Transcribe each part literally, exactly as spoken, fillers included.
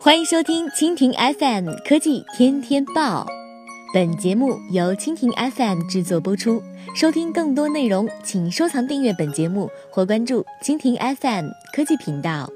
欢迎收听蜻蜓 F M 科技天天报，本节目由蜻蜓 F M 制作播出。收听更多内容，请收藏订阅本节目或关注蜻蜓 F M 科技频道。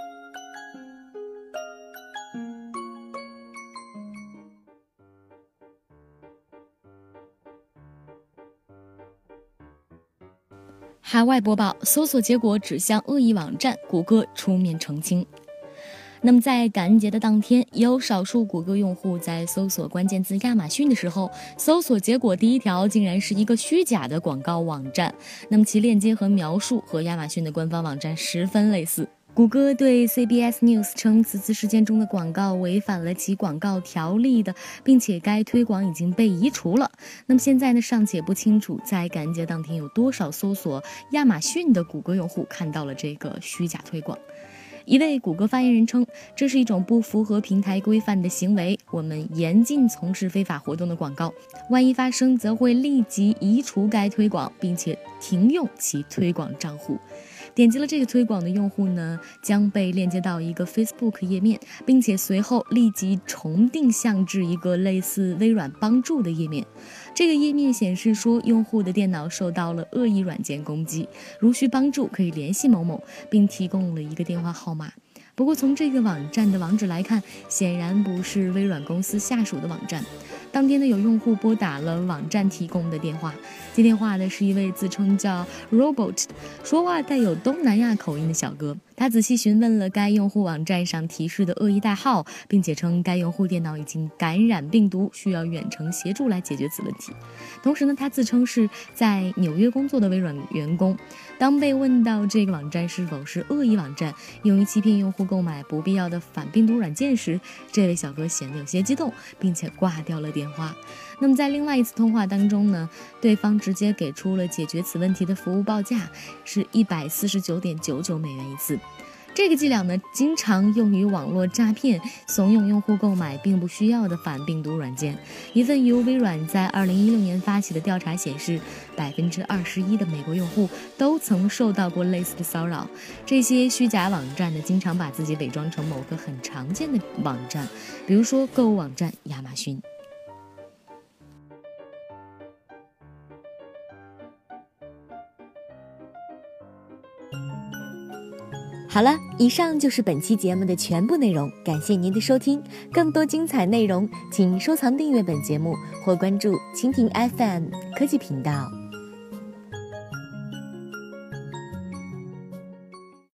海外播报，搜索结果指向恶意网站，谷歌出面澄清。那么在感恩节的当天，有少数谷歌用户在搜索关键字亚马逊的时候，搜索结果第一条竟然是一个虚假的广告网站，那么其链接和描述和亚马逊的官方网站十分类似。谷歌对 C B S News 称，此次事件中的广告违反了其广告条例的，并且该推广已经被移除了。那么现在呢，尚且不清楚在感恩节当天有多少搜索亚马逊的谷歌用户看到了这个虚假推广。一位谷歌发言人称，这是一种不符合平台规范的行为，我们严禁从事非法活动的广告，万一发生则会立即移除该推广，并且停用其推广账户。点击了这个推广的用户呢，将被链接到一个 Facebook 页面，并且随后立即重定向至一个类似微软帮助的页面。这个页面显示说，用户的电脑受到了恶意软件攻击，如需帮助可以联系某某，并提供了一个电话号码。不过从这个网站的网址来看，显然不是微软公司下属的网站。当天呢，有用户拨打了网站提供的电话，接电话的是一位自称叫 Robot， 说话带有东南亚口音的小哥。他仔细询问了该用户网站上提示的恶意代号，并且称该用户电脑已经感染病毒，需要远程协助来解决此问题。同时呢，他自称是在纽约工作的微软员工。当被问到这个网站是否是恶意网站，用于欺骗用户购买不必要的反病毒软件时，这位小哥显得有些激动，并且挂掉了电话。那么在另外一次通话当中呢，对方直接给出了解决此问题的服务报价，是一百四十九点九九美元一次。这个伎俩呢，经常用于网络诈骗，怂恿用户购买并不需要的反病毒软件。一份由微软在二零一六年发起的调查显示，百分之二十一的美国用户都曾受到过类似的骚扰。这些虚假网站呢，经常把自己伪装成某个很常见的网站，比如说购物网站亚马逊。好了，以上就是本期节目的全部内容，感谢您的收听。更多精彩内容，请收藏订阅本节目或关注蜻蜓 F M 科技频道。